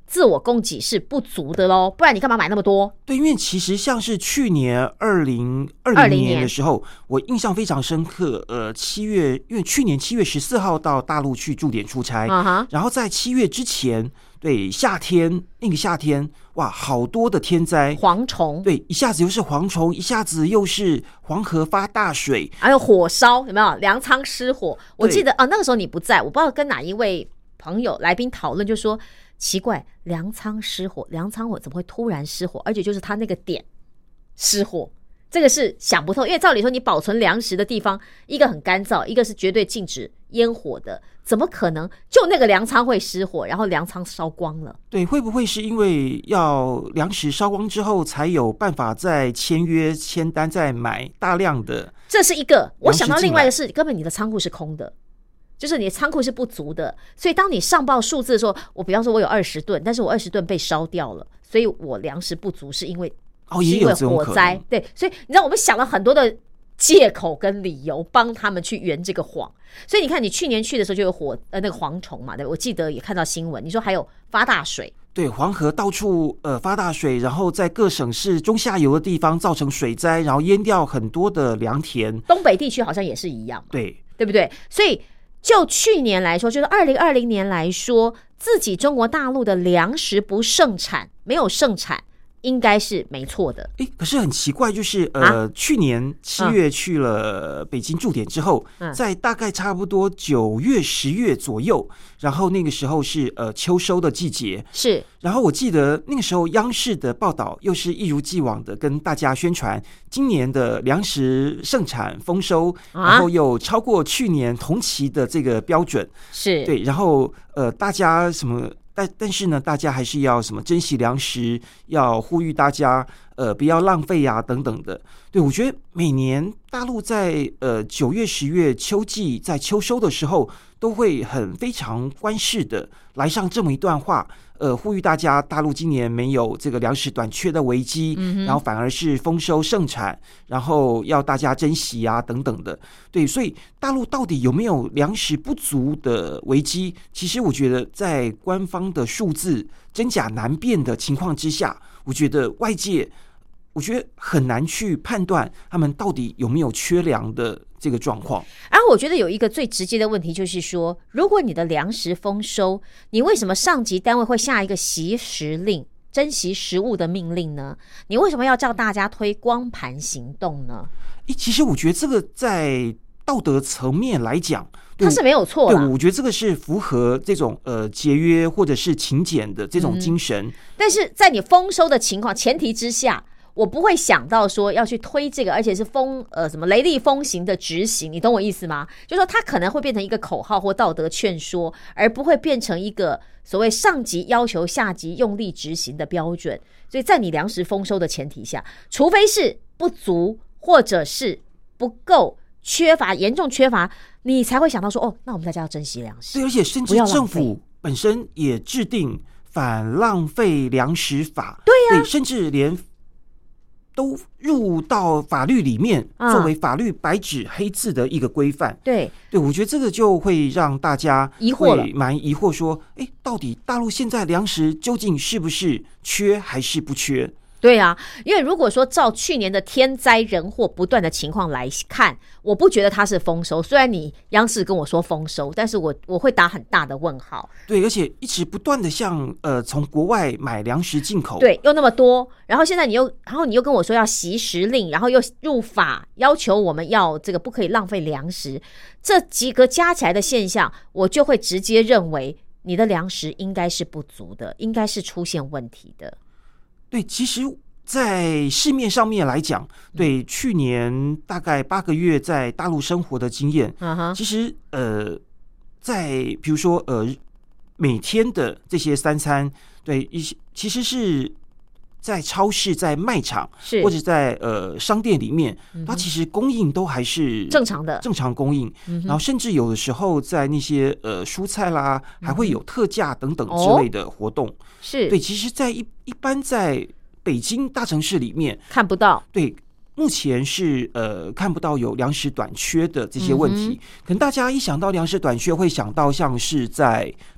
自我供给是不足的咯，不然你干嘛买那么多？ 对，因为其实像是去年2020年的时候，我印象非常深刻。因为去年7月14号到大陆去驻点出差，然后在7月之前，对那个夏天，哇，好多的天灾， 蝗虫， 对，一下子又是蝗虫，一下子又是黄河发大水， 还有火烧，有没有粮仓失火？我记得那个时候你不在，我不知道跟哪一位朋友来宾讨论，就说奇怪，粮仓失火，粮仓火怎么会突然失火？而且就是它那个点失火，这个是想不透。因为照理说，你保存粮食的地方，一个很干燥，一个是绝对禁止烟火的，怎么可能就那个粮仓会失火，然后粮仓烧光了？ 对，会不会是因为要粮食烧光之后，才有办法再签约签单，再买大量的？ 这是一个。我想到另外一个是，根本你的仓库是空的。就是你的仓库是不足的，所以当你上报数字的时候，我比方说我有20吨，但是我20吨被烧掉了，所以我粮食不足，是因为火灾。对，所以你知道我们想了很多的借口跟理由帮他们去圆这个谎。所以你看，你去年去的时候就有那个蝗虫嘛，对，我记得也看到新闻，你说还有发大水。 对，黄河到处发大水，然后在各省市中下游的地方造成水灾，然后淹掉很多的良田。 东北地区好像也是一样， 对不对？所以就去年来说，就是2020年来说，自己中国大陆的粮食不盛产，没有盛产，应该是没错的。 可是很奇怪，就是去年7月去了北京驻点之后，在大概差不多9月10月左右，然后那个时候是秋收的季节， 是。 然后我记得那个时候央视的报道又是一如既往的跟大家宣传今年的粮食盛产丰收，然后又超过去年同期的这个标准， 是对。然后大家什么？但是呢，大家还是要什么珍惜粮食，要呼吁大家不要浪费啊等等的。对，我觉得每年大陆在9月10月秋季在秋收的时候，都会非常关视的来上这么一段话，呼吁大家大陆今年没有这个粮食短缺的危机，然后反而是丰收盛产，然后要大家珍惜啊等等的。对，所以大陆到底有没有粮食不足的危机？其实我觉得在官方的数字真假难辨的情况之下，我觉得外界很难去判断他们到底有没有缺粮的这个状况。 然后我觉得有一个最直接的问题就是说，如果你的粮食丰收，你为什么上级单位会下一个惜食令，珍惜食物的命令呢？你为什么要叫大家推光盘行动呢？ 其实我觉得这个在道德层面来讲， 它是没有错的。 对，我觉得这个是符合这种节约或者是勤俭的这种精神。 但是在你丰收的情况前提之下，我不会想到说要去推这个，而且是什么雷厉风行的执行，你懂我意思吗？就是说它可能会变成一个口号或道德劝说，而不会变成一个所谓上级要求下级用力执行的标准。所以在你粮食丰收的前提下，除非是不足或者是不够缺乏，严重缺乏，你才会想到说那我们大家要珍惜粮食。 对，而且甚至政府本身也制定反浪费粮食法， 对啊， 甚至连都入到法律里面，作为法律白纸黑字的一个规范。 对， 我觉得这个就会让大家疑惑了， 蛮疑惑说，到底大陆现在粮食究竟是不是缺还是不缺？ 对啊，因为如果说照去年的天灾人祸不断的情况来看，我不觉得它是丰收。虽然你央视跟我说丰收，但是我会打很大的问号。 对，而且一直不断的向从国外买粮食进口， 对，又那么多，然后现在你又跟我说要惜食令，然后又入法要求我们要这个不可以浪费粮食，这几个加起来的现象，我就会直接认为你的粮食应该是不足的，应该是出现问题的。 对，其实在市面上面来讲，对去年大概8个月在大陆生活的经验，其实在比如说每天的这些三餐，对，其实是在超市、在卖场或者在商店里面，它其实供应都还是正常供应，然后甚至有的时候在那些蔬菜啦，还会有特价等等之类的活动。 是对，其实在一般在北京大城市里面看不到。 对，目前是看不到有粮食短缺的这些问题。可能大家一想到粮食短缺，会想到像是在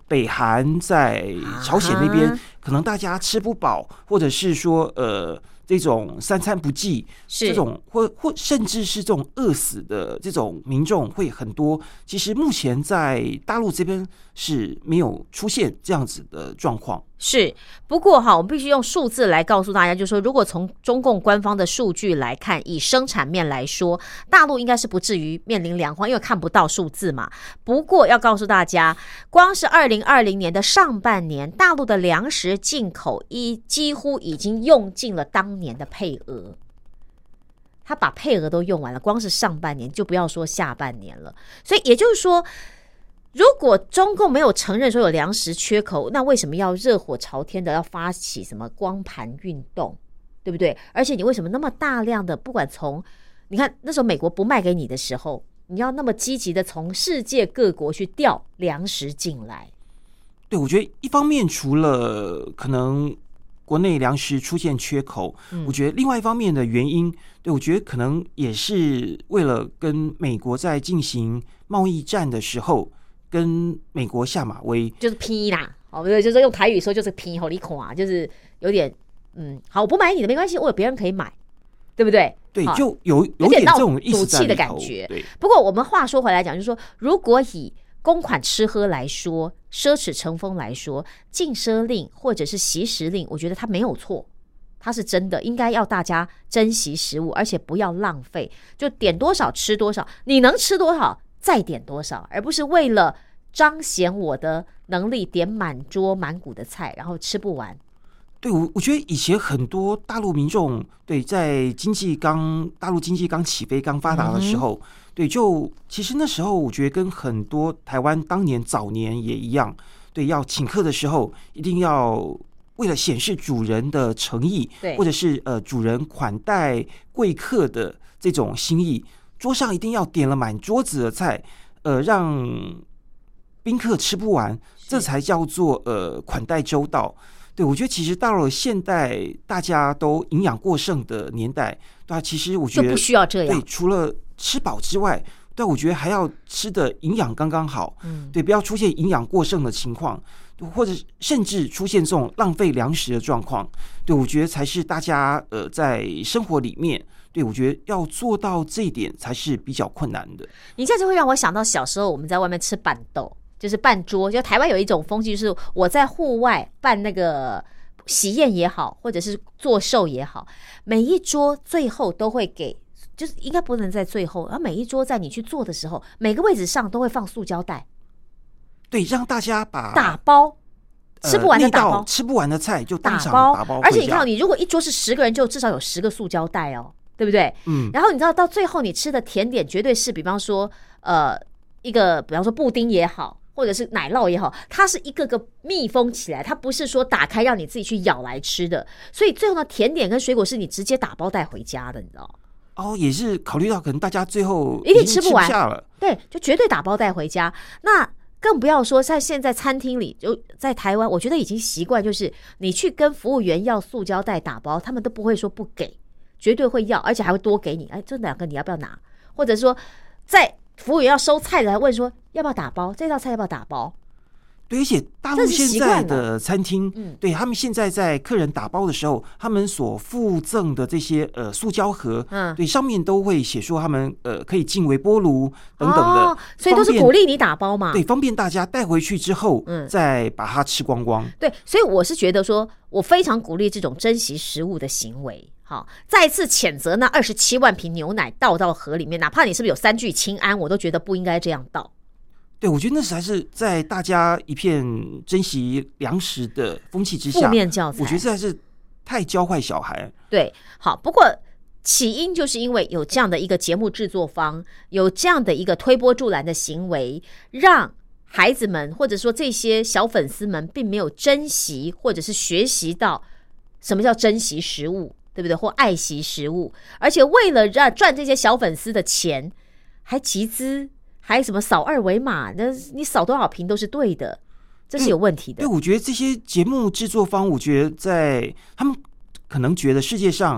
北韩在朝鲜那边，可能大家吃不饱，或者是说这种三餐不继，这种或甚至是这种饿死的这种民众会很多。其实目前在大陆这边是没有出现这样子的状况。 是，不过我们必须用数字来告诉大家，就是说，如果从中共官方的数据来看，以生产面来说，大陆应该是不至于面临粮荒，因为看不到数字嘛。不过要告诉大家，光是2020年的上半年，大陆的粮食进口几乎已经用尽了当年的配额，他把配额都用完了，光是上半年就不要说下半年了。所以也就是说，如果中共没有承认说有粮食缺口，那为什么要热火朝天的要发起什么光盘运动，对不对？而且你为什么那么大量的，不管从你看那时候美国不卖给你的时候，你要那么积极的从世界各国去调粮食进来？ 对，我觉得一方面除了可能国内粮食出现缺口，我觉得另外一方面的原因，对，我觉得可能也是为了跟美国在进行贸易战的时候，跟美国下马威， 就是拼啦，就是用台语说就是拼，好你看啊，就是有点好，我不买你的没关系，我有别人可以买，对不对？ 对，就有点这种意思在里头， 赌气的感觉。不过我们话说回来讲，就是说，如果以公款吃喝来说，奢侈成风来说，禁奢令或者是惜食令，我觉得它没有错，它是真的，应该要大家珍惜食物，而且不要浪费，就点多少吃多少，你能吃多少再点多少，而不是为了彰显我的能力点满桌满谷的菜，然后吃不完。 对，我觉得以前很多大陆民众，对，在大陆经济刚起飞、刚发达的时候，对，就其实那时候我觉得跟很多台湾当年早年也一样，对，要请客的时候一定要为了显示主人的诚意，或者是主人款待贵客的这种心意，桌上一定要点了满桌子的菜，让宾客吃不完，这才叫做款待周到。对，我觉得其实到了现代大家都营养过剩的年代，对啊，其实我觉得就不需要这样。 对，除了吃饱之外，对，我觉得还要吃的营养刚刚好，对，不要出现营养过剩的情况，或者甚至出现这种浪费粮食的状况。对，我觉得才是大家在生活里面，对，我觉得要做到这一点才是比较困难的。 你这样就会让我想到小时候我们在外面吃板豆。就是办桌，就台湾有一种风气，就是我在户外办那个喜宴也好，或者是做寿也好，每一桌最后都会给，就是应该不能在最后，而每一桌在你去做的时候，每个位置上都会放塑胶袋， 对，让大家把打包吃不完的打包， 吃不完的菜就当场打包， 而且你看，你如果一桌是10个人，就至少有10个塑胶袋哦，对不对？然后你知道到最后你吃的甜点绝对是，比方说一个，比方说布丁也好。或者是奶酪也好，它是一个个密封起来，它不是说打开让你自己去咬来吃的。所以最后呢，甜点跟水果是你直接打包带回家的，你知道？ 哦，也是考虑到可能大家最后一定吃不完了， 对，就绝对打包带回家。那更不要说在现在餐厅里，就在台湾，我觉得已经习惯，就是你去跟服务员要塑胶袋打包，他们都不会说不给，绝对会要，而且还会多给你。哎，这2个你要不要拿？或者说在服务员要收菜的，还问说要不要打包？这道菜要不要打包？ 对，而且大陆现在的餐厅，对，他们现在在客人打包的时候，他们所附赠的这些塑胶盒，对，上面都会写说他们可以进微波炉等等的， 所以都是鼓励你打包嘛， 对，方便大家带回去之后，再把它吃光光。 对，所以我是觉得说，我非常鼓励这种珍惜食物的行为。好，再次谴责那27万瓶牛奶倒到河里面，哪怕你是不是有3聚氰胺，我都觉得不应该这样倒。 对，我觉得那才是在大家一片珍惜粮食的风气之下， 负面教材， 我觉得这还是太教坏小孩。 对，好，不过起因就是因为有这样的一个节目制作方，有这样的一个推波助澜的行为，让孩子们或者说这些小粉丝们并没有珍惜或者是学习到什么叫珍惜食物，对不对？或爱惜食物，而且为了让赚这些小粉丝的钱，还集资，还什么扫2维码，那你扫多少瓶都是对的，这是有问题的。 对，我觉得这些节目制作方，我觉得在他们可能觉得世界上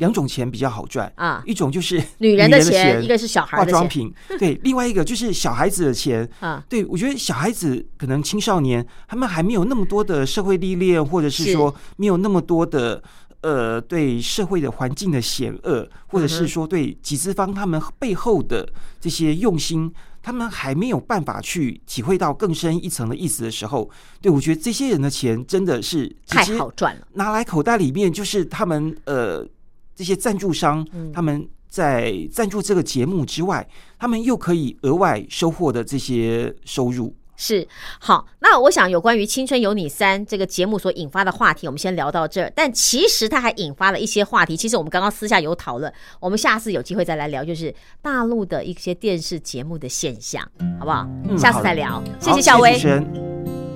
两种钱比较好赚啊， 一种就是女人的钱，一个是小孩的钱， 化妆品，对，另外一个就是小孩子的钱啊。 对，我觉得小孩子可能青少年他们还没有那么多的社会历练，或者是说没有那么多的对社会的环境的险恶，或者是说对集资方他们背后的这些用心，他们还没有办法去体会到更深一层的意思的时候，对，我觉得这些人的钱真的是太好赚了， 拿来口袋里面就是他们这些赞助商，他们在赞助这个节目之外，他们又可以额外收获的这些收入。 是，好，那我想有关于《青春有你3》这个节目所引发的话题，我们先聊到这儿。但其实它还引发了一些话题，其实我们刚刚私下有讨论，我们下次有机会再来聊，就是大陆的一些电视节目的现象，好不好？下次再聊。谢谢小薇。 谢谢主持人。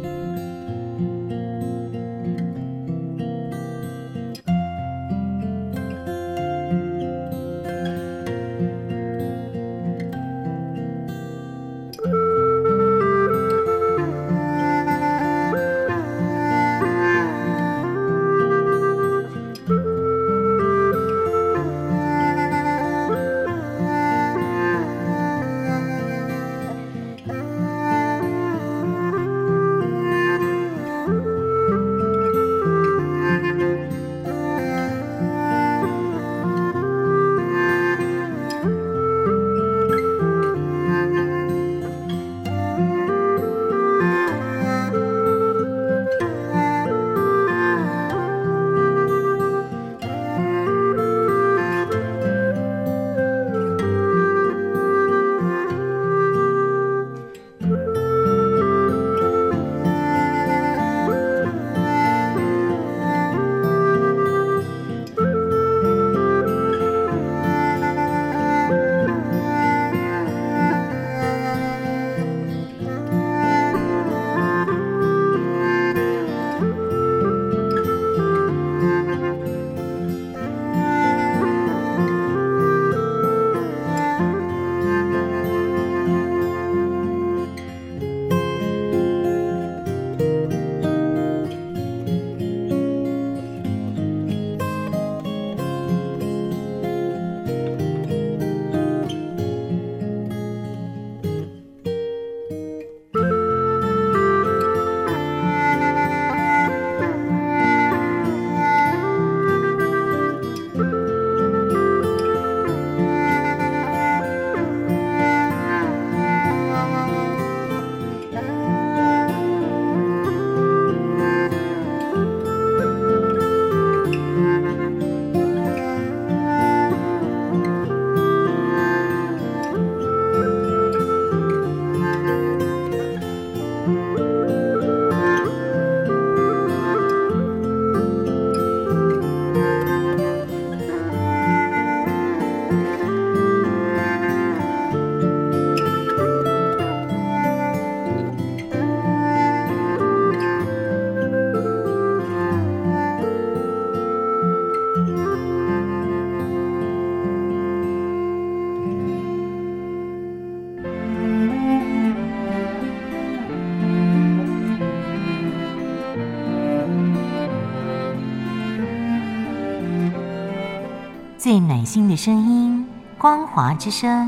最暖心的声音，光华之声。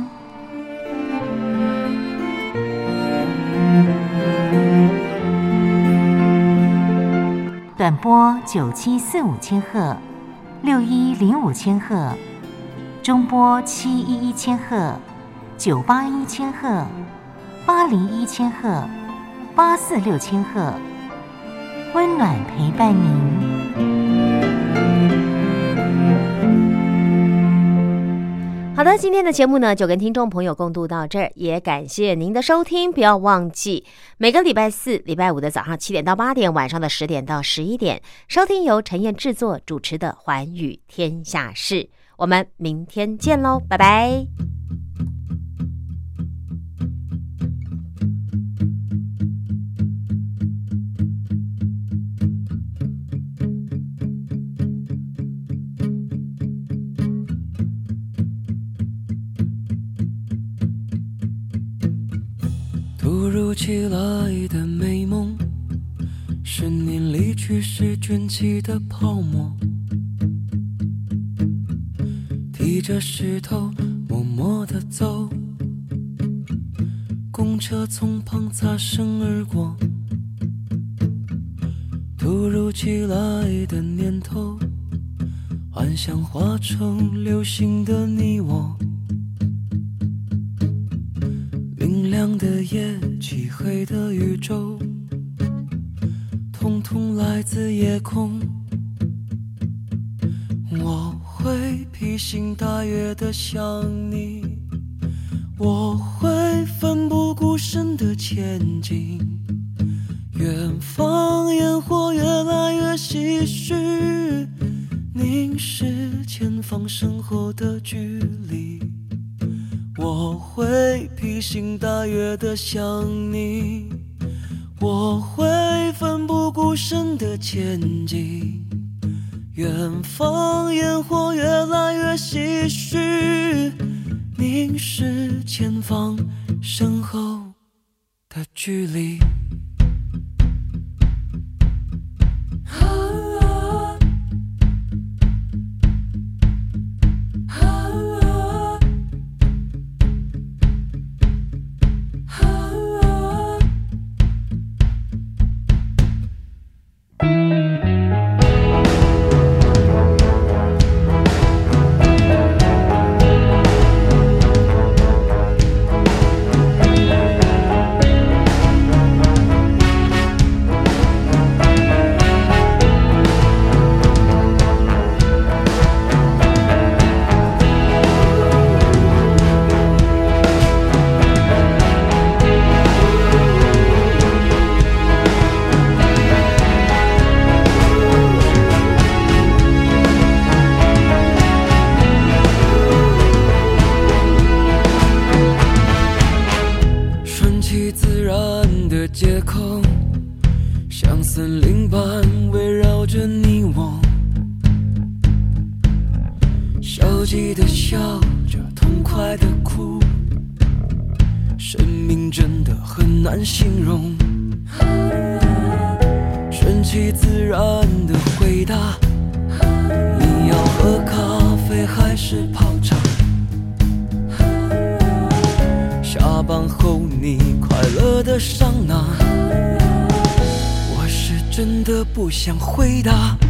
短波9745千赫，6105千赫，中波711千赫，981千赫，801千赫，846千赫，温暖陪伴您。 好的，今天的节目呢就跟听众朋友共度到这儿，也感谢您的收听。不要忘记每个礼拜4、礼拜5的早上7点到8点，晚上的10点到11点，收听由陈燕制作主持的《寰宇天下事》。我们明天见喽，拜拜。 突如其来的美梦，10年离去时卷起的泡沫， 倚着石头默默地走，公车从旁擦身而过，突如其来的念头，幻想化成流星的你我，明亮的夜，漆黑的宇宙，统统来自夜空。我会披星戴月地想你，我会奋不顾身地前进，远方烟火越来越唏嘘，凝视前方身后的距离。我会披星戴月地想你，我会奋不顾身地前进，远方烟火越来越唏嘘，凝视前方身后的距离。夜空像森林般围绕着你我，消极的笑着，痛快的哭，生命真的很难形容。顺其自然的回答，你要喝咖啡还是泡茶？下班后你快乐的桑拿，我是真的不想回答。